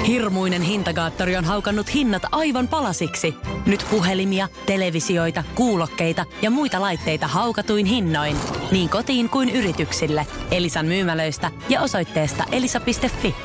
Hirmuinen hintakaattori on haukannut hinnat aivan palasiksi. Nyt puhelimia, televisioita, kuulokkeita ja muita laitteita haukatuin hinnoin. Niin kotiin kuin yrityksille. Elisan myymälöistä ja osoitteesta elisa.fi.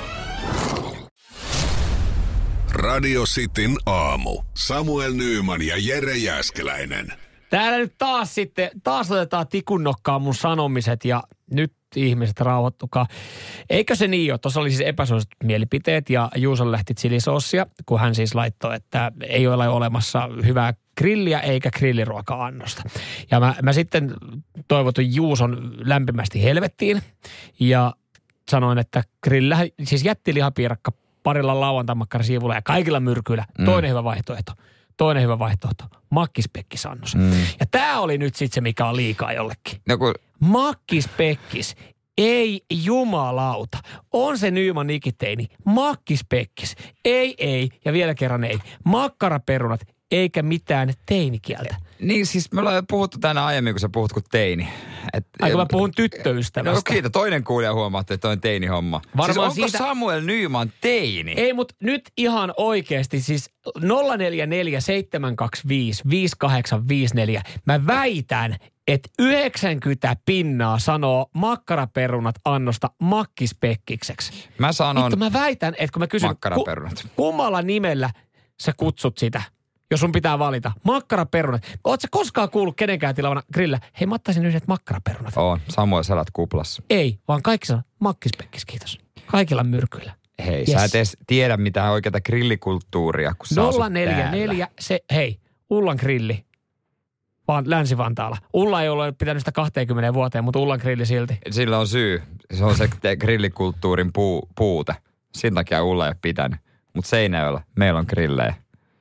Radio Cityn aamu. Samuel Nyyman ja Jere Jääskeläinen. Täällä nyt taas otetaan tikunnokkaan mun sanomiset ja nyt ihmiset rauhoittukaa. Eikö se niin ole? Tuossa oli siis epäsuositut mielipiteet ja Juuson lähti chilisossia, kun hän siis laittoi, että ei ole olemassa hyvää grilliä eikä grilliruoka-annosta. Ja mä sitten toivotin Juuson lämpimästi helvettiin ja sanoin, että grillillä, siis jättilihapiirakka parilla lauantaimakkarasiivulla ja kaikilla myrkyillä. Toinen hyvä vaihtoehto. Makkispekkisannos. Ja tää oli nyt sitten se, mikä on liikaa jollekin. No kun... Makkispekkis. Ei jumalauta. On se Nyman nikiteini. Makkispekkis. Ei. Ja vielä kerran ei. Makkaraperunat. Eikä mitään teinikieltä. Niin siis me ollaan jo puhuttu tänään aiemmin, kun sä puhut kuin teini. Ai kun mä puhun tyttöystävästä. No kiitos, toinen kuulija huomaatte, että toi on teinihomma. Siis onko siitä... Samuel Nyyman teini? Ei, mutta nyt ihan oikeasti siis 0447255854. Mä väitän, että 90% sanoo makkaraperunat annosta makkispekkikseksi. Mä sanon mä väitän, että kun mä kysyn, kummalla nimellä sä kutsut sitä? Jos sun pitää valita. Makkaraperunat. Oot sä koskaan kuullut kenenkään tilavana grillä? Hei, mä ottaisin yhdet makkaraperunat. On. Samuel, sä elät kuplassa. Ei, vaan kaikki sanoo makkispekkis, kiitos. Kaikilla myrkyillä. Hei, sä et edes tiedä mitään oikeata grillikulttuuria, kun sä asut 044, Ullan grilli. Vaan Länsi-Vantaalla. Ulla ei ole pitänyt sitä 20 vuoteen, mutta Ullan grilli silti. Sillä on syy. Se on se grillikulttuurin puute. Sen takia Ulla ei ole pitänyt. Mutta Seinäjoella meillä on grillejä.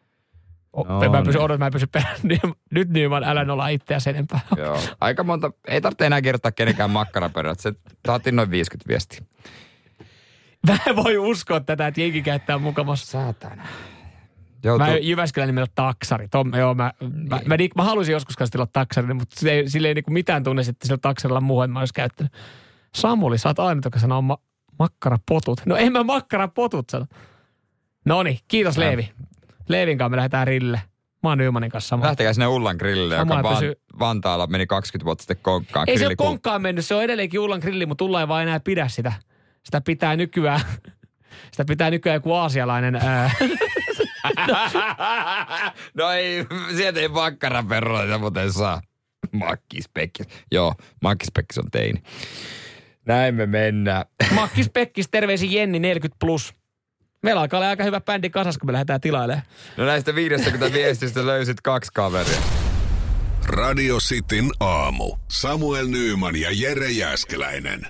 Mä pysyn nyt Nyman, älä nolla itseäsi enempää. Joo. Aika monta, ei tarvitse enää kertoa kenenkään makkaraperunat. Se saatiin noin 50 viestiä. Mä en voi uskoa tätä, että jenki käyttää mukamassa. Saatana. Mä Jyväskylän nimellä taksari. Mä haluaisin joskus kanssa tilaa taksarin, mutta sillä ei niinku mitään tunne, että sillä taksarilla muuhun en mä olisi käyttänyt. Samuli, sä oot aina, joka sanoo makkarapotut. No en mä makkarapotut sano. Noniin, kiitos Leevi. Leevin kanssa me lähdetään rille. Mä oon Nymanin kanssa samaan. Lähtekää sinne Ullan grillille, joka Vantaalla meni 20 vuotta sitten konkkaan. Ei se ole konkkaan mennyt, se on edelleenkin Ullan grilli, mutta Ulla ei vaan enää pidä sitä. Sitä pitää nykyään joku aasialainen... No ei, sieltä ei makkaraperroita muuten saa. Makkispekkis. Joo, makkispekkis on teini. Näin me mennään. Makkispekkis, terveisin Jenni 40+. Meillä alkaa olla aika hyvä bändi kasas, kun me lähdetään tilailemaan. No näistä 50 viestistä löysit 2 kaveria. Radio Cityn aamu. Samuel Nyyman ja Jere Jääskeläinen.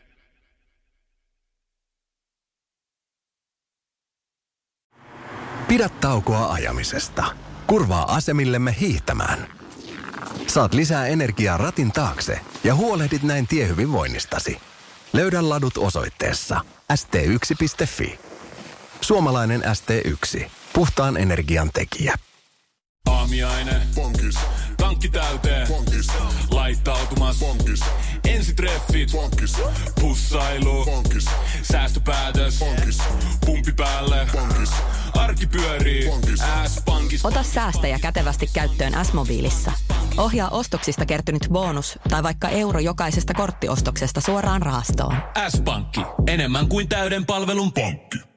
Pidä taukoa ajamisesta. Kurvaa asemillemme hiihtämään. Saat lisää energiaa ratin taakse ja huolehdit näin tiehyvinvoinnistasi. Löydä ladut osoitteessa st1.fi. Suomalainen ST1. Puhtaan energian tekijä. Aamiainen. Bonkis. Tankki täyteen. Bonkis. Laittautumas. Bonkis. Ensitreffit. Bonkis. Pussailu. Bonkis. Säästöpäätös. Bonkis. Pumpi päälle. Bonkis. Arki pyörii. S-pankis. Ota säästäjä kätevästi käyttöön S-mobiilissa. Ohjaa ostoksista kertynyt bonus tai vaikka euro jokaisesta korttiostoksesta suoraan rahastoon. S-pankki. Enemmän kuin täyden palvelun pankki.